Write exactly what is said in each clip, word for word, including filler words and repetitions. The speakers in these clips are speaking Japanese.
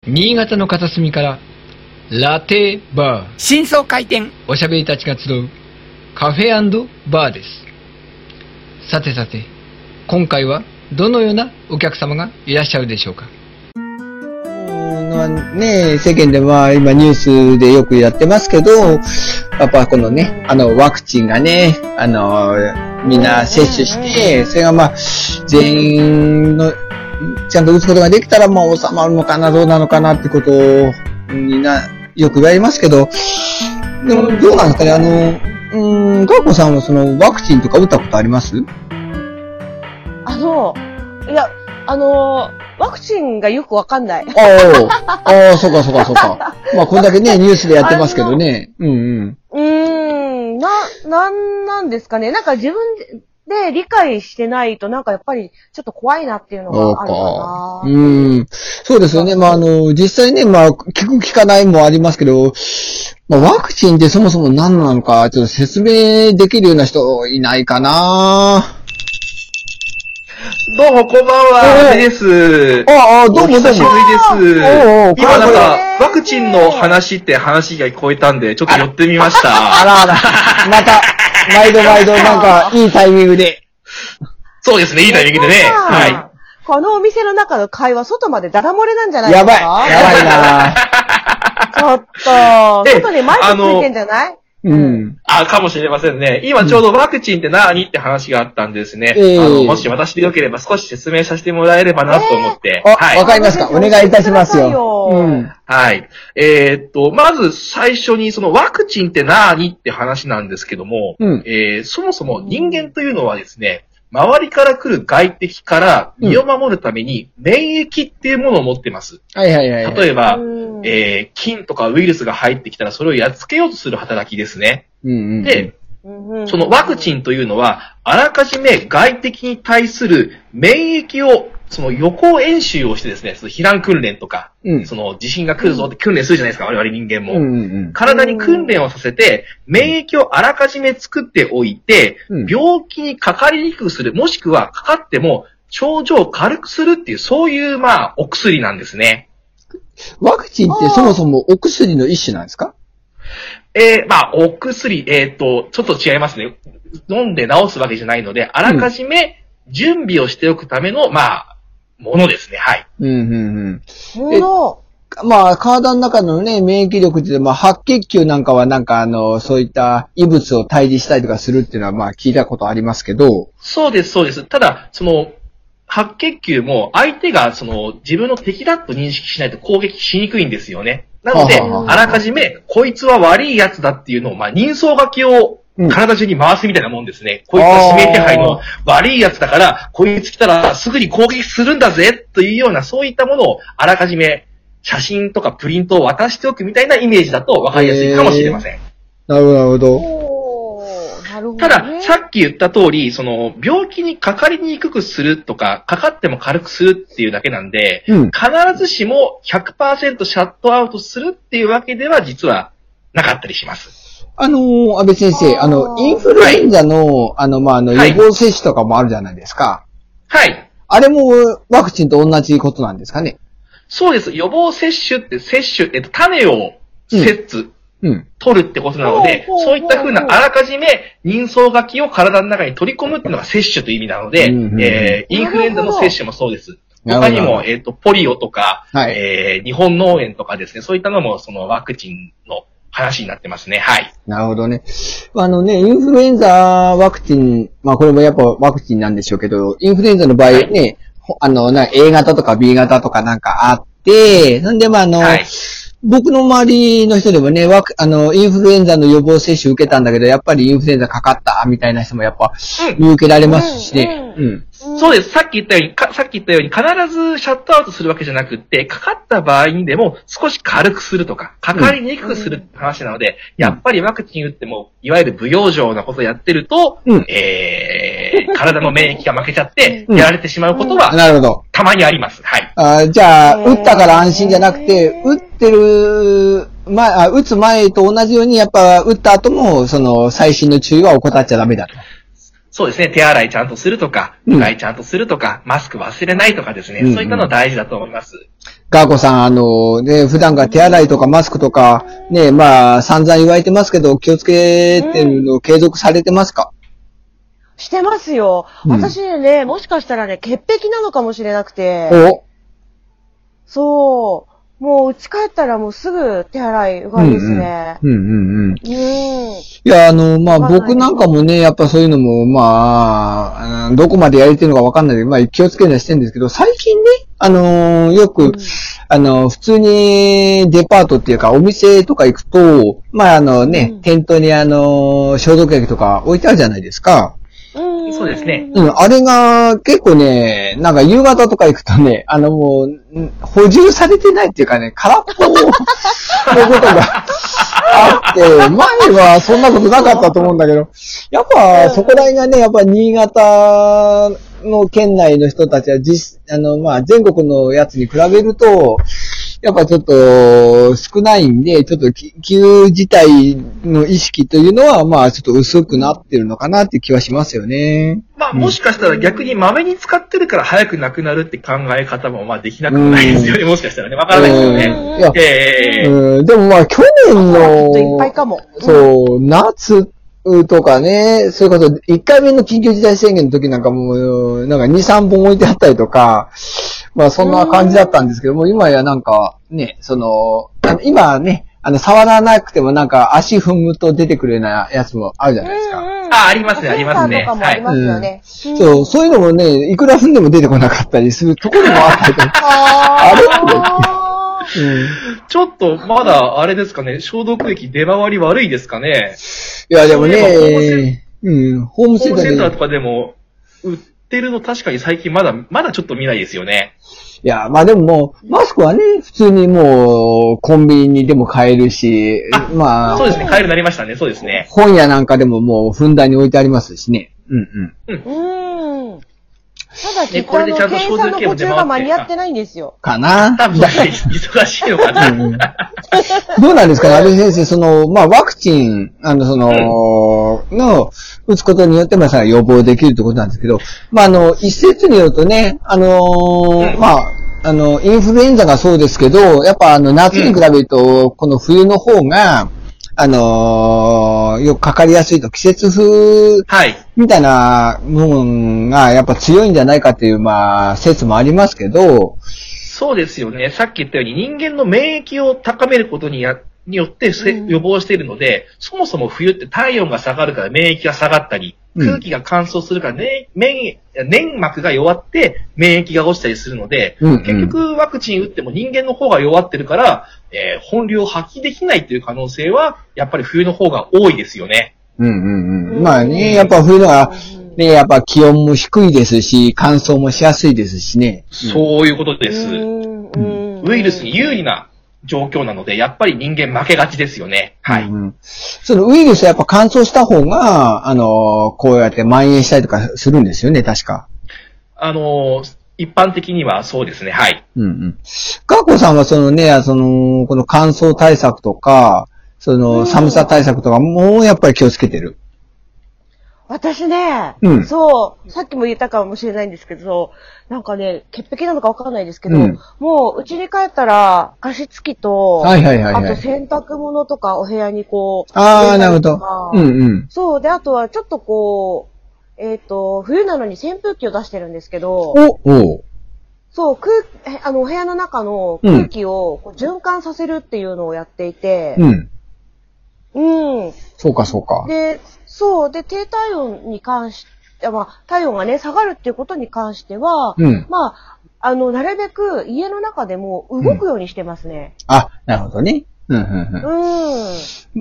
新潟の片隅からラテバー新装開店おしゃべりたちが集うカフェ&バーです。さてさて今回はどのようなお客様がいらっしゃるでしょうか。 まあね、世間では今ニュースでよくやってますけど、やっぱこのね、あのワクチンがね、あのみんな接種して、それがまあ全員のちゃんと打つことができたらもう収まるのかな、どうなのかなってことになよく言われますけど、でもどうなんですかね、あのうーん、ガーコさんはそのワクチンとか打ったことあります？ あのいやあのワクチンがよくわかんない。 ああ、ああ、そうかそうかそうか。まあこんだけねニュースでやってますけどね。うんうん。 うーん、な、なんなんですかね。なんか自分で理解してないとなんかやっぱりちょっと怖いなっていうのがあるかな。 うーん。そうですよね。まああの、実際ね、まあ効く効かないもありますけど、まあワクチンってそもそも何なのか、ちょっと説明できるような人いないかな。 どうも、こんばんは、です。 ああ、どうもどうも。 お久しぶりです。 おうおう今なんか、ワクチンの話って話が聞こえたんで、ちょっと寄ってみました。 あらあら、また、毎度毎度なんか、いいタイミングで。 そうですね、いいタイミングでね。はい。 このお店の中の会話、外までダダ漏れなんじゃないですか？ やばい、やばいなちょっと、外にマイクついてんじゃない？ うん。 あ、かもしれませんね。今ちょうどワクチンって何って話があったんですね。 えー、 あの、もし私でよければ少し説明させてもらえればなと思って。 えー、 はい。 わかりますか？お願いいたしますよ。 うん。 はい。えー、っと、まず最初にそのワクチンって何って話なんですけども、 うん、 えー、そもそも人間というのはですね、周りから来る外敵から身を守るために免疫っていうものを持ってます。 はいはいはい。 例えば、えー、菌とかウイルスが入ってきたらそれをやっつけようとする働きですね。 うんうん、 で、そのワクチンというのは、あらかじめ外敵に対する免疫を、その予行演習をしてですね、その避難訓練とか、うん、その地震が来るぞって訓練するじゃないですか、我々人間も。 うんうんうん、 体に訓練をさせて、免疫をあらかじめ作っておいて、うん、病気にかかりにくくする、もしくはかかっても症状を軽くするっていう、そういう、まあ、お薬なんですね。 ワクチンってそもそもお薬の一種なんですか？ えー、まあ、お薬、えっと、ちょっと違いますね。飲んで治すわけじゃないので、あらかじめ準備をしておくための、まあ、ものですね。はい。 うん、うん、うん。 ものまあ、体の中のね、免疫力って、まあ、白血球なんかはなんかあの、そういった異物を退治したりとかするっていうのは、まあ、聞いたことありますけど。 そうです、そうです。ただ、その、白血球も相手がその自分の敵だと認識しないと攻撃しにくいんですよね。なので、ははははあらかじめ、こいつは悪い奴だっていうのを、まあ、人相書きを体中に回すみたいなもんですね。うん、こいつは指名手配の悪い奴だから、こいつ来たらすぐに攻撃するんだぜというような、そういったものをあらかじめ写真とかプリントを渡しておくみたいなイメージだと分かりやすいかもしれません。 なるほど、なるほど。 ただ、さっき言った通り、その、病気にかかりにくくするとか、かかっても軽くするっていうだけなんで、うん、必ずしも ひゃくパーセント シャットアウトするっていうわけでは実はなかったりします。 あのー、安倍先生、あの、インフルエンザの、はい、あの、まあ、あの、予防接種とかもあるじゃないですか。 はい。 あれもワクチンと同じことなんですかね？ そうです。予防接種って、接種、えっと、種を接、うんうん。 取るってことなので、そういった風なあらかじめ人相書きを体の中に取り込むっていうのが接種という意味なので、うんうんうん、えー、インフルエンザの接種もそうです。他にも、えっと、ポリオとか、はい、えー、日本脳炎とかですね、そういったのもそのワクチンの話になってますね。はい。 なるほどね。あのね、インフルエンザワクチン、まあこれもやっぱワクチンなんでしょうけど、インフルエンザの場合ね、はい、あの、な A 型とか B 型とかなんかあって、なんでまああの、はい僕の周りの人でもね、ワク、あの、インフルエンザの予防接種受けたんだけど、やっぱりインフルエンザかかった、みたいな人もやっぱ、見受けられますしね。 うん。うんうん、そうです。さっき言ったように、か、さっき言ったように、必ずシャットアウトするわけじゃなくって、かかった場合にでも少し軽くするとか、かかりにくくするって話なので、うん、やっぱりワクチン打っても、いわゆる不養生なことやってると、うん、えー、体の免疫が負けちゃって、やられてしまうことは、 なるほど。 たまにあります。はい。 あじゃあ、打ったから安心じゃなくて、打ってる、まあ、打つ前と同じように、やっぱ、打った後も、その、細心の注意は怠っちゃダメだと。 そうですね。手洗いちゃんとするとか、うがいちゃんとするとか、マスク忘れないとかですね。うんうん、そういったの大事だと思います。 ガーコさん、あの、ね、普段から手洗いとかマスクとか、ね、まあ、散々言われてますけど、気をつけてるのを継続されてますか？ してますよ。 うん、 私ね、もしかしたらね、潔癖なのかもしれなくて。 おそう。もう、家帰ったらもうすぐ手洗いうがいですね。 うんうん。うんうんうん。 うん。 いや、あの、まあ、僕なんかもね、やっぱそういうのも、まあ、どこまでやれてるのかわかんないけど、まあ、気をつけるのはしてるんですけど、最近ね、あのー、よく、うん、あの、普通にデパートっていうか、お店とか行くと、まあ、あのね、うん、店頭にあの、消毒液とか置いてあるじゃないですか。 うん、 そうですね。 うん、あれが結構ね、なんか夕方とか行くとね、あのもう、補充されてないっていうかね、空っぽのことがあって、前はそんなことなかったと思うんだけど、やっぱそこら辺がね、やっぱ新潟の県内の人たちは実、あの、まあ、全国のやつに比べると、やっぱちょっと少ないんで、ちょっと緊急事態の意識というのは、まあちょっと薄くなってるのかなっていう気はしますよね。 まあもしかしたら逆にまめに使ってるから早くなくなるって考え方もまあできなくもないですよね。もしかしたらね。わからないですよね。いや、 えー、うん、でもまあ去年の、 いっぱいかも。 そう、夏、とかね、それこそいっかいめの緊急事態宣言の時なんかもう、なんかに、さんぼん置いてあったりとか、まあそんな感じだったんですけども、今やなんかね、その、今ね、あの、触らなくてもなんか足踏むと出てくるようなやつもあるじゃないですか。 うんうん、 あ、ありますね、ありますね。 とかもありますよね。 はい、うん。そう、そういうのもね、いくら踏んでも出てこなかったりするところもあったりとか。あれうん、ちょっと、まだ、あれですかね、消毒液出回り悪いですかね。 いや、でもね、うん、ホームセンター。 ホームセンターとかでも、売ってるの確かに最近まだ、まだちょっと見ないですよね。 いや、まあでももう、マスクはね、普通にもう、コンビニにでも買えるし、まあ。 そうですね、買えるようになりましたね、そうですね。 本屋なんかでももう、ふんだんに置いてありますしね。うんうん。うん。ただ、きっとあの、検査の途中が間に合ってないんですよ。 かな多分、忙しいのかな。うん、 どうなんですかね、安倍先生、その、まあ、ワクチン、あの、その、うん、の、打つことによって、まあ、予防できるってことなんですけど、まあ、あの、一説によるとね、あのーうん、まあ、あの、インフルエンザがそうですけど、やっぱあの、夏に比べると、うん、この冬の方が、あのー、よくかかりやすいと、季節風、 はい。 みたいな部分がやっぱ強いんじゃないかっていう、まあ、説もありますけど。 そうですよね。さっき言ったように人間の免疫を高めることにや、によって予防しているので、うん、そもそも冬って体温が下がるから免疫が下がったり、空気が乾燥するから、ね、免粘膜が弱って免疫が落ちたりするので、うんうん、結局ワクチン打っても人間の方が弱ってるから、えー、本領を発揮できないという可能性は、やっぱり冬の方が多いですよね。 うんうんうん。まあね、やっぱ冬のは、ね、やっぱ気温も低いですし、乾燥もしやすいですしね。 そういうことです。ウイルスに有利な状況なので、やっぱり人間負けがちですよね。はい。うん、 そのウイルスはやっぱ乾燥した方が、あの、こうやって蔓延したりとかするんですよね、確か。 あの、一般的にはそうですね、はい。 うんうん。ガーコさんはそのね、その、この乾燥対策とか、その寒さ対策とかもやっぱり気をつけてる。 私ね、 うん、 そう、さっきも言ったかもしれないんですけど、なんかね、潔癖なのかわかんないですけど、うん、もう、家に帰ったら、加湿器と、 はいはいはいはい、 あと洗濯物とかお部屋にこう、 ああ、なるほど。うんうん。 そう、で、あとはちょっとこう、えっと、冬なのに扇風機を出してるんですけど、 おおそう、空、あの、お部屋の中の空気をこう循環させるっていうのをやっていて、 うん。 うん。 そうかそうか。 で、そう。で、低体温に関して、まあ、体温がね、下がるっていうことに関しては、 うん、 まあ、あの、なるべく家の中でも動くようにしてますね。 うん、あ、なるほどね。うん、うん、 うん。 うん。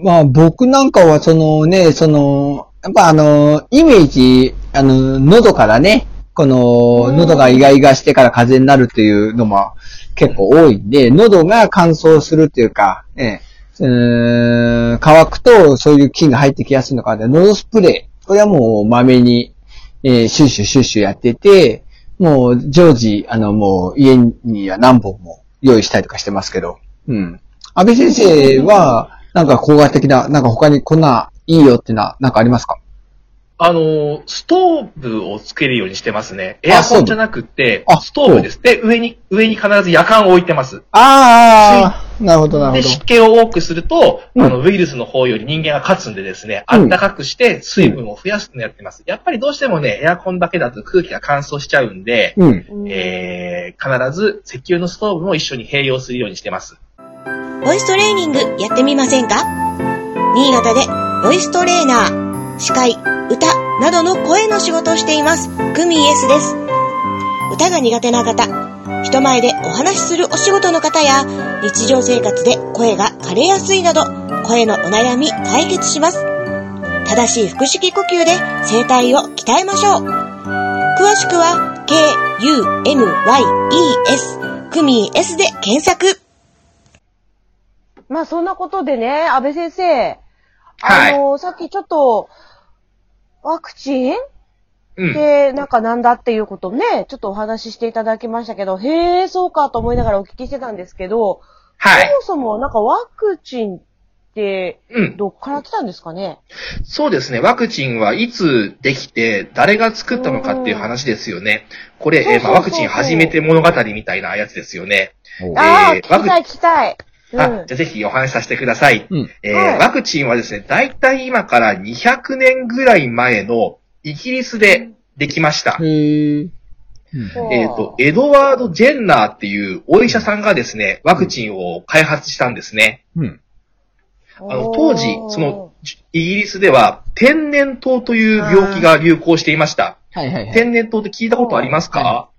まあ、僕なんかは、そのね、その、やっぱあの、イメージ、あの、喉からね、この、喉がイガイガしてから風邪になるっていうのも結構多いんで、喉が乾燥するっていうか、ええうーん乾くとそういう菌が入ってきやすいのかで、喉スプレー。これはもうまめに、えー、シュッシュシュッシュやってて、もう常時、あのもう家には何本も用意したりとかしてますけど。うん。安倍先生は、なんか効果的な、なんか他にこんないいよってな、なんかありますか？ あの、ストーブをつけるようにしてますね。エアコンじゃなくて、ストーブです。で、上に、上に必ず夜間を置いてます。 ああ、なるほど、なるほど。 で、湿気を多くすると、うん、あの、ウイルスの方より人間が勝つんでですね、暖かくして水分を増やすのやってます。やっぱりどうしてもね、エアコンだけだと空気が乾燥しちゃうんで、うん、えー、必ず石油のストーブも一緒に併用するようにしてます。 ボイストレーニングやってみませんか？新潟でボイストレーナー、司会、歌などの声の仕事をしています。クミ S です。歌が苦手な方、人前でお話しするお仕事の方や、日常生活で声が枯れやすいなど、声のお悩み解決します。正しい腹式呼吸で声帯を鍛えましょう。詳しくは ケーユーエムワイイーエス クミ S で検索。 まあそんなことでね、安倍先生、 はい、 あのさっきちょっとワクチンで、なんかなんだっていうことをね、ちょっとお話ししていただきましたけど、へー、そうかと思いながらお聞きしてたんですけど、 はい。 そもそもなんかワクチンって、どっから来たんですかね、 うん、そうですね。ワクチンはいつできて、誰が作ったのかっていう話ですよね。これ、えーまあ、ワクチン初めて物語みたいなやつですよね。 あー、えー、聞きたい聞きたい。 うん、あ、じゃあぜひお話しさせてください。うんえーはい、ワクチンはですね、だいたい今からにひゃくねんぐらい前のイギリスでできました。 へーえっと、エドワード・ジェンナーっていうお医者さんがですね、ワクチンを開発したんですね。うん、あの当時、そのイギリスでは天然痘という病気が流行していました。 はいはいはい、 天然痘って聞いたことありますか？ はい、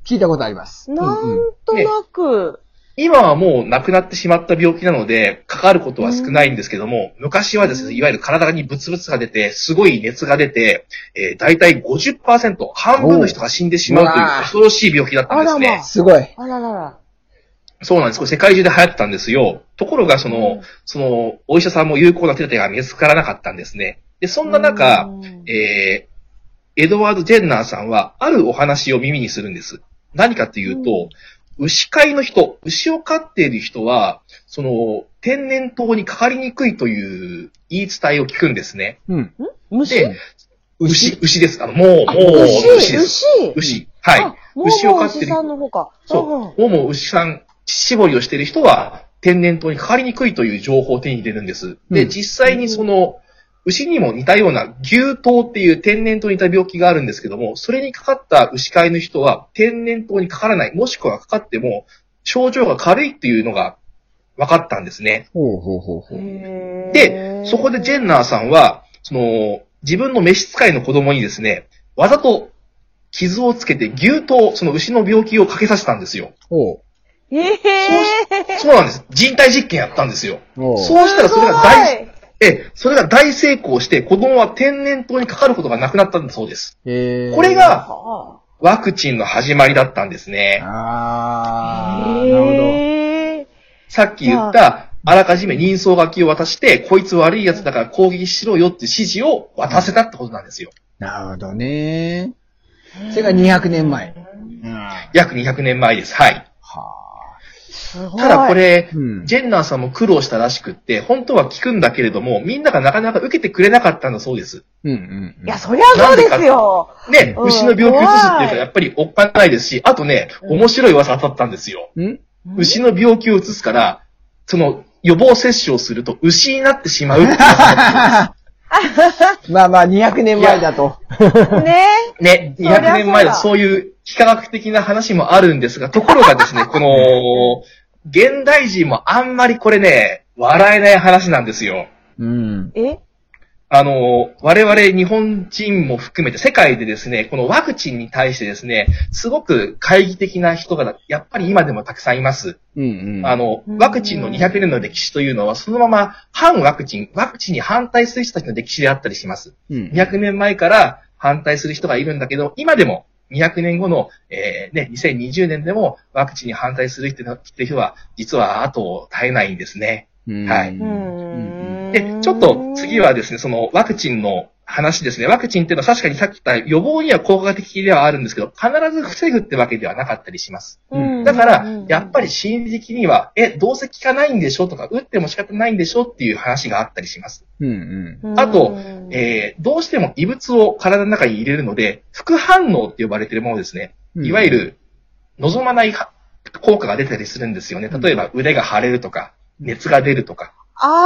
聞いたことあります。 なんとなく。 ね今はもう亡くなってしまった病気なので、かかることは少ないんですけども、うん、昔はですね、いわゆる体にブツブツが出て、すごい熱が出て、えー、だいたい ごじゅっパーセント、半分の人が死んでしまうという恐ろしい病気だったんですね。 すごい。 あららら。 そうなんです。これ世界中で流行ってたんですよ。ところが、その、うん、その、お医者さんも有効な手立てが見つからなかったんですね。で、そんな中、うん、えー、エドワード・ジェンナーさんは、あるお話を耳にするんです。何かというと、うん牛飼いの人、牛を飼っている人は、その、天然痘にかかりにくいという言い伝えを聞くんですね。 うん。 牛で、牛、牛です。あの、もう、もう、 牛です。 牛。牛。はい。 牛を飼ってる。牛さんの方か。 そう。もうもう牛さん、乳搾りをしている人は、天然痘にかかりにくいという情報を手に入れるんです。で、実際にその、牛にも似たような牛痘っていう天然痘に似た病気があるんですけども、それにかかった牛飼いの人は天然痘にかからない、もしくはかかっても症状が軽いっていうのが分かったんですね。 ほうほうほうほう。 で、そこでジェンナーさんは、その、自分の召使いの子供にですね、わざと傷をつけて牛痘、その牛の病気をかけさせたんですよ。 ほう。 えー、 そう、そうなんです。人体実験やったんですよ。そうしたらそれが大、え、それが大成功して、子供は天然痘にかかることがなくなったんだそうです。 へー。 これが、ワクチンの始まりだったんですね。 あー、なるほど。 さっき言った、あらかじめ人相書きを渡して、こいつ悪いやつだから攻撃しろよって指示を渡せたってことなんですよ。 なるほどね。それがにひゃくねんまえ。 うん、約にひゃくねんまえです。はい。 はただこれ、うん、ジェンナーさんも苦労したらしくって、本当は聞くんだけれども、みんながなかなか受けてくれなかったんだそうです。 うんうんうん、 いや、そりゃそうですよ。 ね、うん、牛の病気を移すっていうか、やっぱりおっかないですし、あとね、面白い噂当たったんですよ。 うん、 牛の病気を移すから、その予防接種をすると牛になってしまうってまあまあ、にひゃくねんまえだと。 ねね、にひゃくねんまえだとそういう非科学的な話もあるんですが、ところがですね、この、現代人もあんまりこれね、笑えない話なんですよ。 うん。 えあの、我々日本人も含めて世界でですね、このワクチンに対してですね、すごく懐疑的な人がやっぱり今でもたくさんいます。 うんうん、 あの、ワクチンのにひゃくねんの歴史というのはそのまま反ワクチン、ワクチンに反対する人たちの歴史であったりします。 うん、 にひゃくねんまえから反対する人がいるんだけど、今でもにひゃくねんごの、えー、ね、にせんにじゅうねんでもワクチンに反対する人は実は後を絶えないんですね。はい。で、ちょっと次はですね、そのワクチンの話ですね。ワクチンっていうのは確かにさっき言った予防には効果的ではあるんですけど、必ず防ぐってわけではなかったりします。 うんだから、やっぱり心理的には、え、どうせ効かないんでしょとか、打っても仕方ないんでしょっていう話があったりします。 うんうん、 あと、えー、どうしても異物を体の中に入れるので、副反応って呼ばれているものですね。いわゆる、望まない効果が出たりするんですよね。例えば、腕が腫れるとか、熱が出るとか。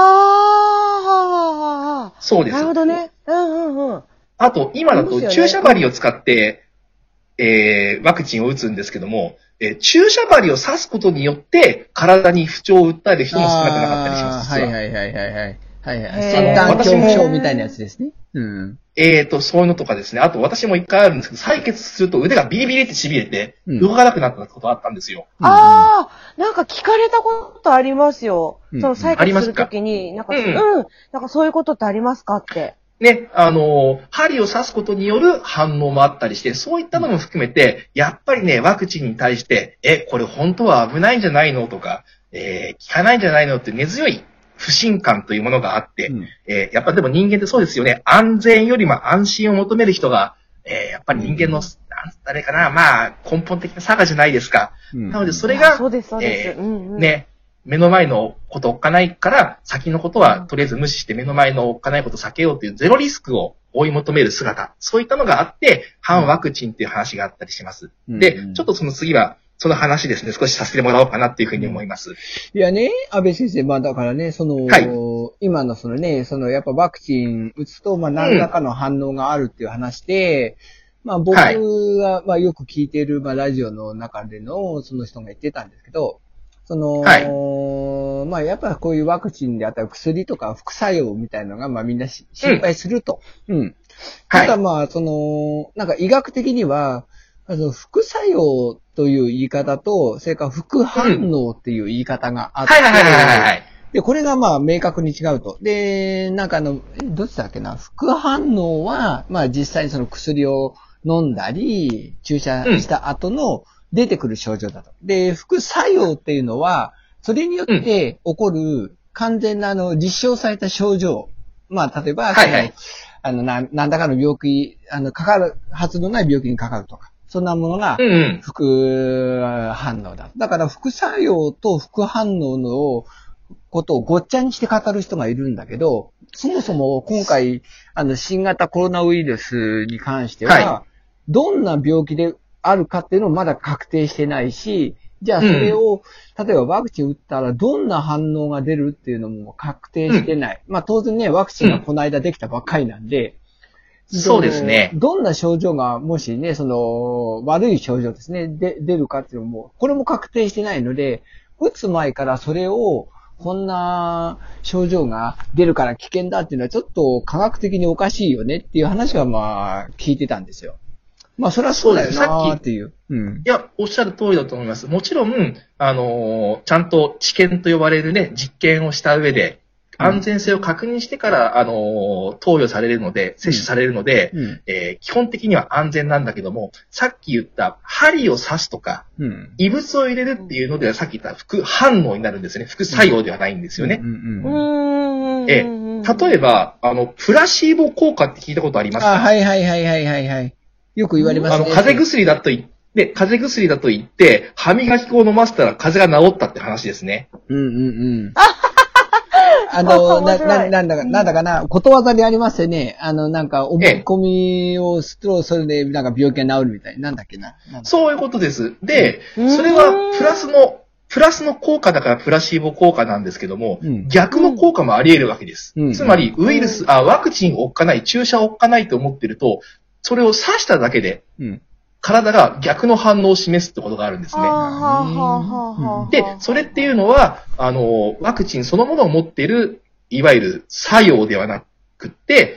ああ、 そうです。 なるほどね。うんうんうん。 あと、今だと注射針を使って、えー、ワクチンを打つんですけども、えー、注射針を刺すことによって、体に不調を訴える人も少なくなかったりします。 はいはいはいはいはい。はいはい。先端恐怖症みたいなやつですね。うん。 えーと、そういうのとかですね。あと、私も一回あるんですけど、採血すると腕がビリビリって痺れて、動かなくなったことがあったんですよ。 うん、ああ、なんか聞かれたことありますよ。うん、その採血するときに、なんか、うん、うん、なんかそういうことってありますかって。 ね、あの、針を刺すことによる反応もあったりして、そういったのも含めて、やっぱりね、ワクチンに対して、え、これ本当は危ないんじゃないのとか、えー、効かないんじゃないのって根強い不信感というものがあって、うん、えー、やっぱでも人間ってそうですよね。安全よりも安心を求める人が、えー、やっぱり人間の、うん、なんあれかな、まあ、根本的な差がじゃないですか。うん、なのでそれが、 そうです、そうです。 えーうんうん、ね、目の前のことをおっかないから、先のことはとりあえず無視して目の前のおっかないことを避けようというゼロリスクを追い求める姿。そういったのがあって、反ワクチンっていう話があったりします。うん、で、ちょっとその次は、その話ですね、少しさせてもらおうかなっていうふうに思います。 いやね、安倍先生、まあだからね、その、はい、今のそのね、そのやっぱワクチン打つと、まあ何らかの反応があるっていう話で、うん、まあ僕が、まあよく聞いている、まあラジオの中でのその人が言ってたんですけど、その、はい、まあやっぱこういうワクチンであったり薬とか副作用みたいなのが、まあみんな心配すると。うん。うん、ただまあ、その、なんか医学的には、あの、副作用という言い方と、それから副反応っていう言い方があって、 はいはいはいはい。 で、これがまあ明確に違うと。で、なんかあの、どっちだっけな、副反応は、まあ実際にその薬を飲んだり、注射した後の出てくる症状だと。で、副作用っていうのは、それによって起こる完全なあの、実証された症状。まあ、例えば、はいはい、あの、な、なんだかの病気、あの、かかるはずのない病気にかかるとか。そんなものが副反応だ。だから副作用と副反応のことをごっちゃにして語る人がいるんだけど、そもそも今回、あの、新型コロナウイルスに関しては、はい、どんな病気であるかっていうのもまだ確定してないし、じゃあそれを、うん、例えばワクチン打ったらどんな反応が出るっていうのも確定してない。うん、まあ当然ね、ワクチンがこの間できたばっかりなんで、 うん、そうですね。 どんな症状がもしね、その悪い症状ですね、で出るかっていうのも、これも確定してないので、打つ前からそれを、こんな症状が出るから危険だっていうのはちょっと科学的におかしいよねっていう話はまあ聞いてたんですよ。まあ、それはそうだよなーっていう。 うん。いや、おっしゃる通りだと思います。もちろん、あのー、ちゃんと治験と呼ばれるね、実験をした上で、安全性を確認してから、あのー、投与されるので、接種されるので、うん、えー、基本的には安全なんだけども、さっき言った針を刺すとか、うん、異物を入れるっていうのでは、さっき言った副反応になるんですよね。副作用ではないんですよね。え、例えば、あの、プラシーボ効果って聞いたことありますか？ あ、はいはいはいはいはいはい。よく言われますね。 あの、風邪薬だと言って、風邪薬だと言って、歯磨き粉を飲ませたら風邪が治ったって話ですね。 うんうんうん。あの、な、な、なんだか、なんだかな、ことわざでありますよね。あの、なんか、思い込みをすると、それで、なんか病気が治るみたいな。なんだっけな。 そういうことです。で、それは、プラスの、プラスの効果だからプラシーボ効果なんですけども、うん、逆の効果もあり得るわけです。うん、つまり、ウイルス、あ、ワクチンをおっかない、注射をおっかないと思ってると、それを刺しただけで、うん、体が逆の反応を示すってことがあるんですね。で、それっていうのは、あの、ワクチンそのものを持っている、いわゆる作用ではなくって、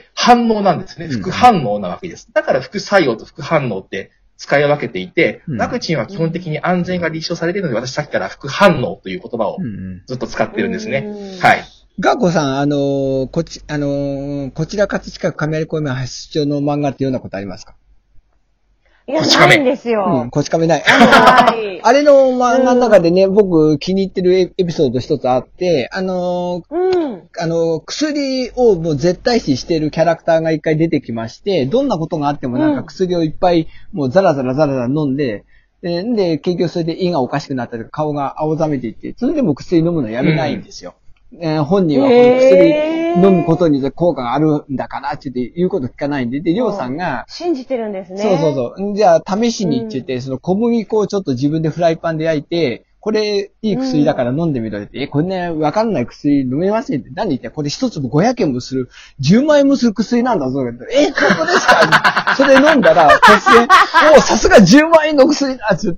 反応なんですね。副反応なわけです。だから副作用と副反応って使い分けていて、ワクチンは基本的に安全が立証されているので、私さっきから副反応という言葉をずっと使ってるんですね。はい。 ガーコさん、あの、こち、あの、こちら葛飾区亀有公園発出張の漫画って読んだことありますか？ いや、ないんですよ。 うん、こち亀ない。あの、あれの漫画の中でね、うん、僕気に入ってるエピソード一つあって、あの、うん、あの、薬をもう絶対視しているキャラクターが一回出てきまして、どんなことがあってもなんか薬をいっぱいもうザラザラザラザラ飲んで、 で、で結局それで胃がおかしくなったりとか、顔が青ざめていって、それでも薬飲むのやめないんですよ。うん、えー、本人はこの薬飲むことに効果があるんだかなって言うこと聞かないんで、で、りょうさんが、 信じてるんですね。 そうそうそう。じゃあ、試しにって言って、うん、その小麦粉をちょっと自分でフライパンで焼いて、これ、いい薬だから飲んでみろって、うん、え、こんなわかんない薬飲めませんって、何言って、これ一粒ごひゃくえんもする、じゅうまんえんもする薬なんだぞ。え、本当ですかそれ飲んだら、突然、おう、さすがじゅうまんえんの薬だって言って、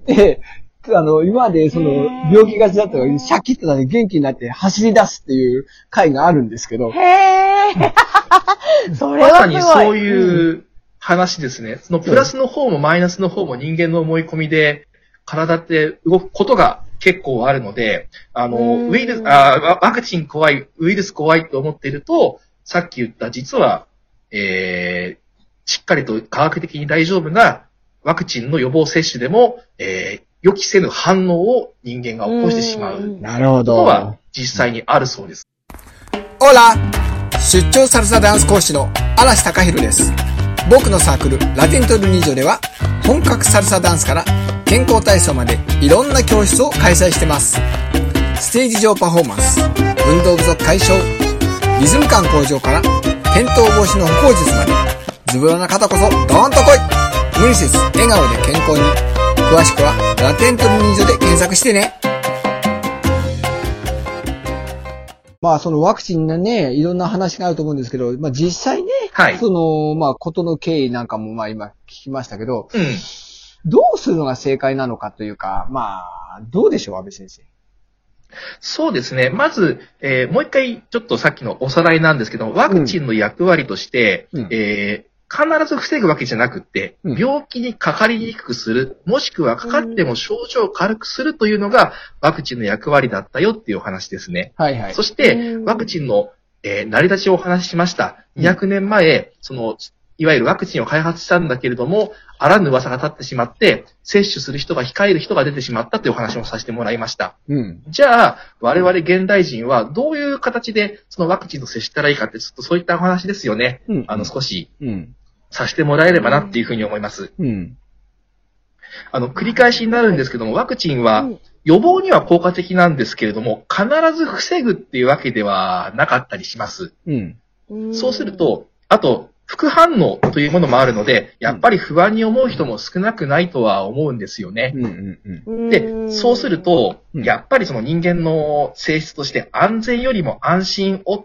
あの、今までその、病気がちだったから、シャキッとなって元気になって走り出すっていう回があるんですけど。 へー。それはすごい。 まさにそういう話ですね。そのプラスの方もマイナスの方も人間の思い込みで、体って動くことが結構あるので、あの、ウイルス、あ、ワクチン怖い、ウイルス怖いと思っていると、さっき言った実は、えー、しっかりと科学的に大丈夫なワクチンの予防接種でも、えー、予期せぬ反応を人間が起こしてしまう。 なるほど。 ことは実際にあるそうです。 オラ出張サルサダンス講師の嵐貴弘です。僕のサークルラテントルニージョでは本格サルサダンスから健康体操までいろんな教室を開催してます。ステージ上パフォーマンス、運動不足解消、リズム感向上から転倒防止の歩行術まで、ズボラな方こそドーンと来い。無理せず笑顔で健康に。詳しくはラテントルニージョで検索してね。 まあそのワクチンのね、いろんな話があると思うんですけど、まあ実際ね、はい、その、まあことの経緯なんかもまあ今聞きましたけど、うん、どうするのが正解なのかというか、まあ、どうでしょう、安倍先生。 そうですね。まず、えー、もう一回ちょっとさっきのおさらいなんですけど、ワクチンの役割として、うん、えー必ず防ぐわけじゃなくって、病気にかかりにくくする、もしくはかかっても症状を軽くするというのがワクチンの役割だったよっていうお話ですね。 はいはい。 そして、ワクチンの、えー、成り立ちをお話ししました。にひゃくねんまえ、その、いわゆるワクチンを開発したんだけれども、あらぬ噂が立ってしまって、接種する人が控える人が出てしまったというお話をさせてもらいました。うん、じゃあ、我々現代人はどういう形でそのワクチンと接したらいいかって、ちょっとそういったお話ですよね。うん、あの、少し。うんさせてもらえればなっていうふうに思います。うん。あの、繰り返しになるんですけども、ワクチンは予防には効果的なんですけれども、必ず防ぐっていうわけではなかったりします。うん。そうすると、あと、副反応というものもあるので、やっぱり不安に思う人も少なくないとは思うんですよね。うんうんうん、で、そうすると、やっぱりその人間の性質として安全よりも安心をって、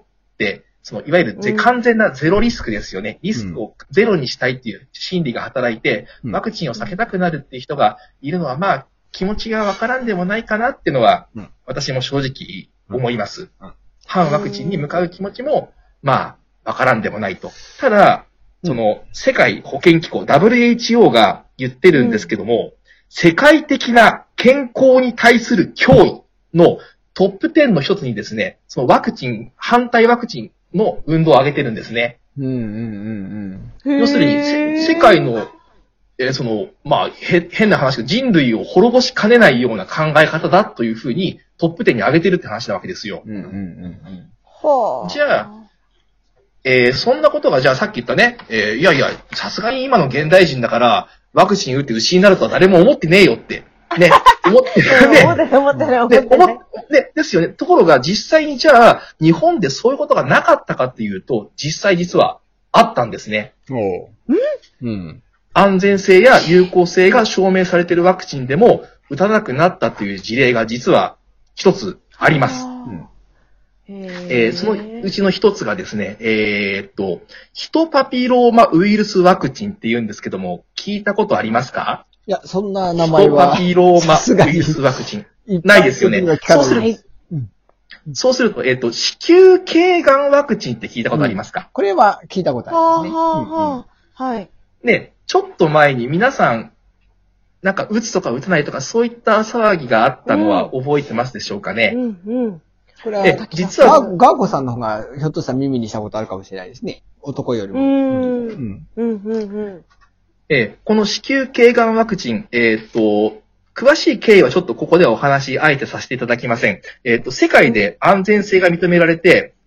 そのいわゆる完全なゼロリスクですよね。リスクをゼロにしたいっていう心理が働いて、ワクチンを避けたくなるっていう人がいるのは、まあ、気持ちがわからんでもないかなっていうのは、私も正直思います。反ワクチンに向かう気持ちも、まあ、わからんでもないと。ただ、その、世界保健機構 ダブリューエイチオー が言ってるんですけども、世界的な健康に対する脅威のトップじゅうの一つにですね、そのワクチン、反対ワクチン、の運動を上げてるんですね。うんうんうんうん、要するに、世界の、えー、その、まあ、へ、変な話が人類を滅ぼしかねないような考え方だというふうにトップじゅうに上げてるって話なわけですよ。うんうんうんうん、じゃあ、えー、そんなことが、じゃあさっき言ったね、えー、いやいや、さすがに今の現代人だから、ワクチン打って牛になるとは誰も思ってねえよって。ね、思ってるね。思ってる、思ってる、思ってる。ね、ですよね。ところが実際にじゃあ、日本でそういうことがなかったかっていうと、実際実はあったんですね。おうん。安全性や有効性が証明されているワクチンでも、打たなくなったっていう事例が実は一つあります。うんえー、そのうちの一つがですね、えー、っと、ヒトパピローマウイルスワクチンって言うんですけども、聞いたことありますか？ いや、そんな名前は。 ヒトパピローマウイルスワクチン。ないですよね。そうする、うん、そうすると、えっと、子宮頸がんワクチンって聞いたことありますか？うん、 これは聞いたことありますね。はあはあはあ、はい。 ね、ちょっと前に皆さん、なんか打つとか打たないとかそういった騒ぎがあったのは覚えてますでしょうかね？うん、うん、うん。 これは、実は、ガーコさんの方がひょっとしたら耳にしたことあるかもしれないですね。男よりも。うん。うん。うん。 うん。えー、この子宮頸がんワクチン、えっと、詳しい経緯はちょっとここではお話、あえてさせていただきません。えっと、世界で安全性が認められて、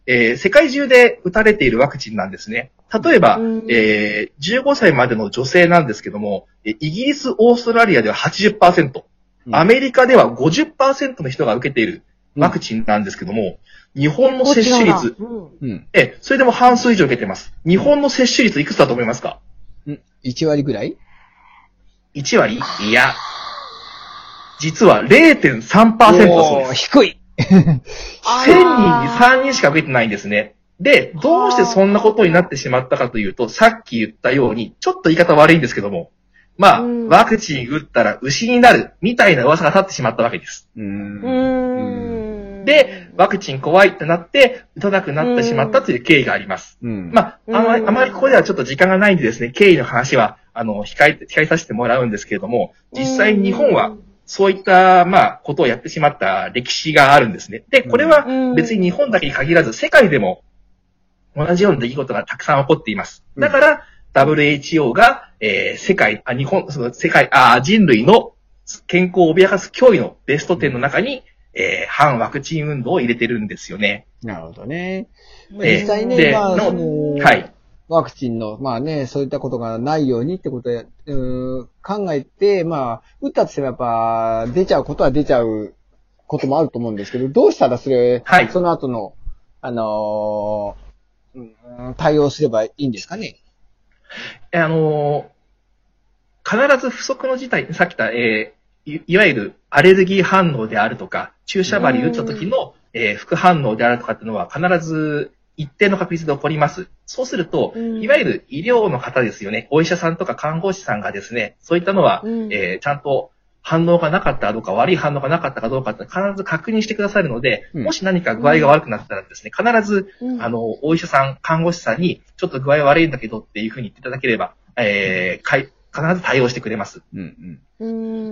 えー、世界中で打たれているワクチンなんですね。例えば、えー、じゅうごさいまでの女性なんですけども、イギリス、オーストラリアでは はちじゅっパーセント、うん、アメリカでは ごじゅっパーセント の人が受けているワクチンなんですけども、うん、日本の接種率、うん、え、それでも半数以上受けてます。日本の接種率いくつだと思いますか？ うん、いち割ぐらい ? いち 割？いや、実は れいてんさんパーセント だそうです。 低いせんにんにさんにんしか受けてないんですね。で、どうしてそんなことになってしまったかというと、さっき言ったように、ちょっと言い方悪いんですけども、まあ、ワクチン打ったら牛になる、みたいな噂が立ってしまったわけです。うーんで、ワクチン怖いってなって、打たなくなってしまったという経緯があります。まあ、あまり、あまりここではちょっと時間がないんでですね、経緯の話は、あの、控え、控えさせてもらうんですけれども、実際日本は、そういった、まあ、ことをやってしまった歴史があるんですね。で、これは別に日本だけに限らず、世界でも同じような出来事がたくさん起こっています。だから、ダブリューエイチオー が、えー、世界、あ、日本、その世界、あ、人類の健康を脅かす脅威のベストじゅうの中に、えー、反ワクチン運動を入れてるんですよね。 なるほどね。まあ、実際ね、まあ、その、はい。ワクチンの、まあね、そういったことがないようにってことで、うー考えて、まあ、打ったとしてもやっぱ、出ちゃうことは出ちゃうこともあると思うんですけど、どうしたらそれ、はい、その後の、あのー、うん、対応すればいいんですかね。 あのー、必ず不測の事態、さっき言った、えー、い, いわゆるアレルギー反応であるとか、注射針打った時の、えー、副反応であるとかっていうのは必ず一定の確率で起こります。そうすると、いわゆる医療の方ですよね、お医者さんとか看護師さんがですね、そういったのは、えー、ちゃんと反応がなかったかどうか、悪い反応がなかったかどうかって必ず確認してくださるので、もし何か具合が悪くなったらですね、必ず、あの、お医者さん、看護師さんに、ちょっと具合悪いんだけどっていうふうに言っていただければ、えー、かい必ず対応してくれます。うんうん。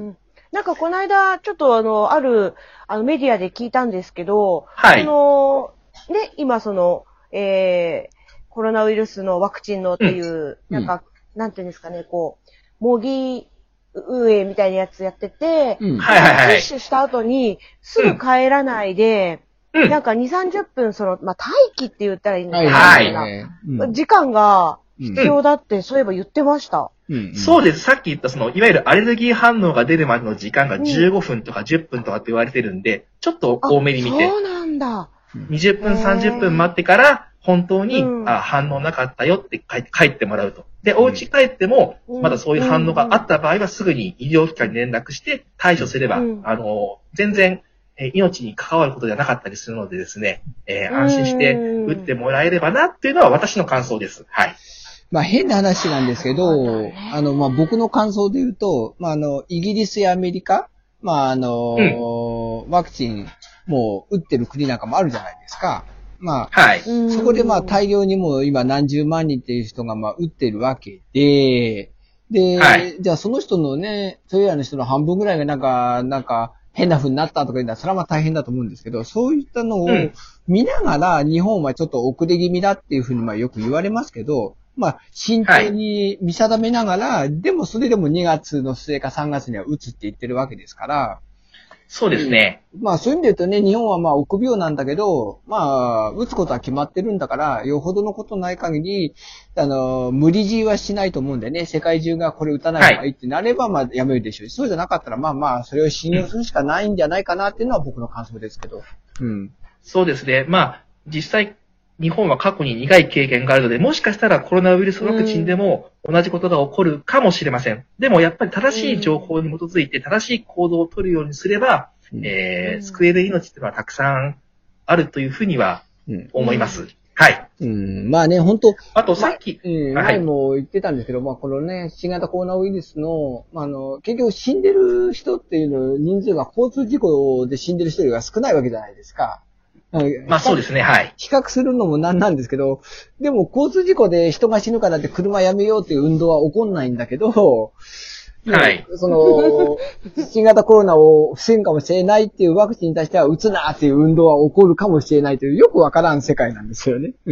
うん。なんかこの間、ちょっとあの、ある、あの、メディアで聞いたんですけど、はい。あの、ね、今その、えー、コロナウイルスのワクチンのっていう、うん、なんか、うん、なんていうんですかね、こう、模擬運営みたいなやつやってて、うん、はいはいはい。接種した後に、すぐ帰らないで、うん、なんかに、さんじゅっぷん、その、まあ、待機って言ったらいいのかな、はいはい、うん、時間が必要だって、そういえば言ってました。 うんうん、そうです。さっき言ったその、いわゆるアレルギー反応が出るまでの時間がじゅうごふんとかじゅっぷんとかって言われてるんで、ちょっと多めに見て。 そうなんだ。 にじゅっぷん、さんじゅっぷん待ってから、本当に、うん、あ反応なかったよって帰って帰ってもらうと。で、お家帰っても、まだそういう反応があった場合はすぐに医療機関に連絡して対処すれば、うん、あの、全然、え命に関わることではなかったりするのでですね、えー、安心して打ってもらえればなっていうのは私の感想です。はい。 まあ変な話なんですけど、あの、まあ僕の感想で言うと、まああの、イギリスやアメリカ、まああの、うん、ワクチンもう打ってる国なんかもあるじゃないですか。まあ、はい。そこでまあ大量にもう今何十万人っていう人がまあ打ってるわけで、で、はい、じゃあその人のね、それらの人の半分ぐらいがなんか、なんか変な風になったとか言ったらそれはまあ大変だと思うんですけど、そういったのを見ながら日本はちょっと遅れ気味だっていうふうにまあよく言われますけど、まあ慎重に見定めながら、はい、でもそれでもにがつの末かさんがつには打つって言ってるわけですから、 そうですね。 まあそういう意味で言うとね、日本はまあ臆病なんだけど、まあ、打つことは決まってるんだから、よほどのことない限り、あの、無理強いはしないと思うんでね、世界中がこれ打たない方がいいってなれば、まあやめるでしょうし、そうじゃなかったら、まあまあ、それを信用するしかないんじゃないかなっていうのは僕の感想ですけど。 うん。そうですね。まあ、実際、日本は過去に苦い経験があるので、もしかしたらコロナウイルスワクチンでも同じことが起こるかもしれません。でもやっぱり正しい情報に基づいて正しい行動を取るようにすれば、うん、えー、救える命っていうのはたくさんあるというふうには思います。うん、はい。 うん、まあね、本当あとさっき、 うん、前も言ってたんですけど、まあこのね、新型コロナウイルスの、まあ、あの、結局死んでる人っていうの人数が交通事故で死んでる人よりは少ないわけじゃないですか。 まあそうですね、はい。 比較するのもなんなんですけど、でも交通事故で人が死ぬからって車やめようっていう運動は起こんないんだけど、はい。その、新型コロナを防ぐかもしれないっていうワクチンに対しては打つなっていう運動は起こるかもしれないというよくわからん世界なんですよね。うん。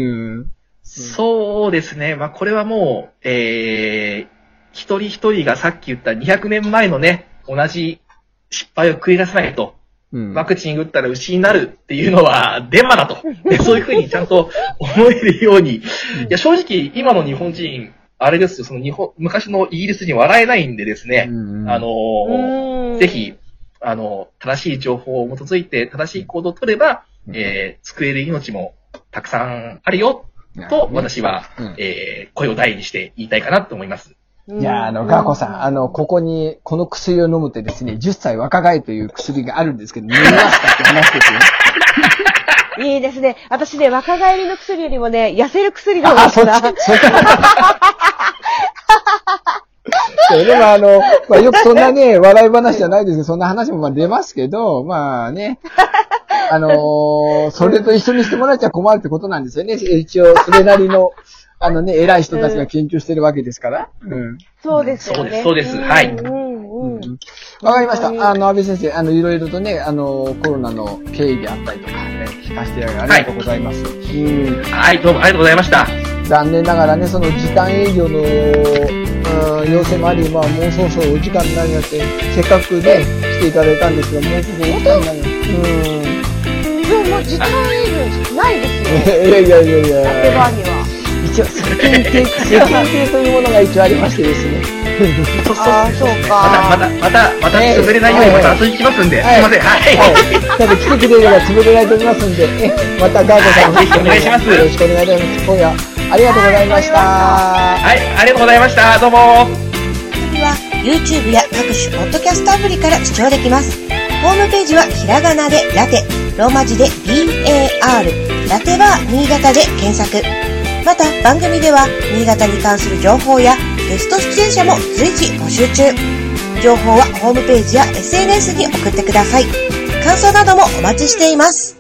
そうですね。まあこれはもう、えー、一人一人がさっき言ったにひゃくねんまえのね、同じ失敗を繰り出さないとワクチン打ったら牛になるっていうのはデマだと。でそういうふうにちゃんと思えるように。いや、正直、今の日本人、あれですよ、その日本、昔のイギリスに笑えないんでですね、うん、あの、ぜひ、あの、正しい情報を基づいて正しい行動を取れば、うん、えー、救える命もたくさんあるよ、と、私は、うん、えー、声を大にして言いたいかなと思います。 いや、あの、ガーコさん、あの、ここに、この薬を飲むとですね、じゅっさい若返という薬があるんですけど、飲みますかって話ですよ。 いいですね。私ね、若返りの薬よりもね、痩せる薬の方がいいかな。 そうでもあの、まあ、よくそんなね、笑い話じゃないですけど、そんな話もまあ出ますけど、まあね、あのー、それと一緒にしてもらっちゃ困るってことなんですよね。一応、それなりの、あのね、偉い人たちが研究してるわけですから。うん。 そうですよね。 そうです、そうです。はい。 うん。わかりました。あの、安倍先生、あの、いろいろとね、あの、コロナの経緯であったりとか、ね、聞かせてありがとうございます。はい、 うん。はい、どうもありがとうございました。 残念ながらね、その時短営業の、うん、要請もあり、まあ、もうそろそろお時間になりまして、せっかくね、来ていただいたんですけど、もうすぐお時間になります。 うん。でも、時短営業ないですよ。 いやいやいやいや。 手番には。 一応、世間体、世間体というものが一応ありましてですね。 ああ、そうか。 また、また、また、潰れないようにまた遊びに来ますんで、すいません。はい。 多分来てくれれば潰れないと思いますんで、またガーコさん、 ぜひお願いします。 よろしくお願いします。今夜、ありがとうございました。 はい、ありがとうございました。どうも。 次は YouTube や各種ポッドキャストアプリから視聴できます。ホームページはひらがなでラテ、ローマ字で ビーエーアール、ラテバー新潟で検索。また番組では新潟に関する情報やゲスト出演者も随時募集中。情報はホームページや エスエヌエス に送ってください。感想などもお待ちしています。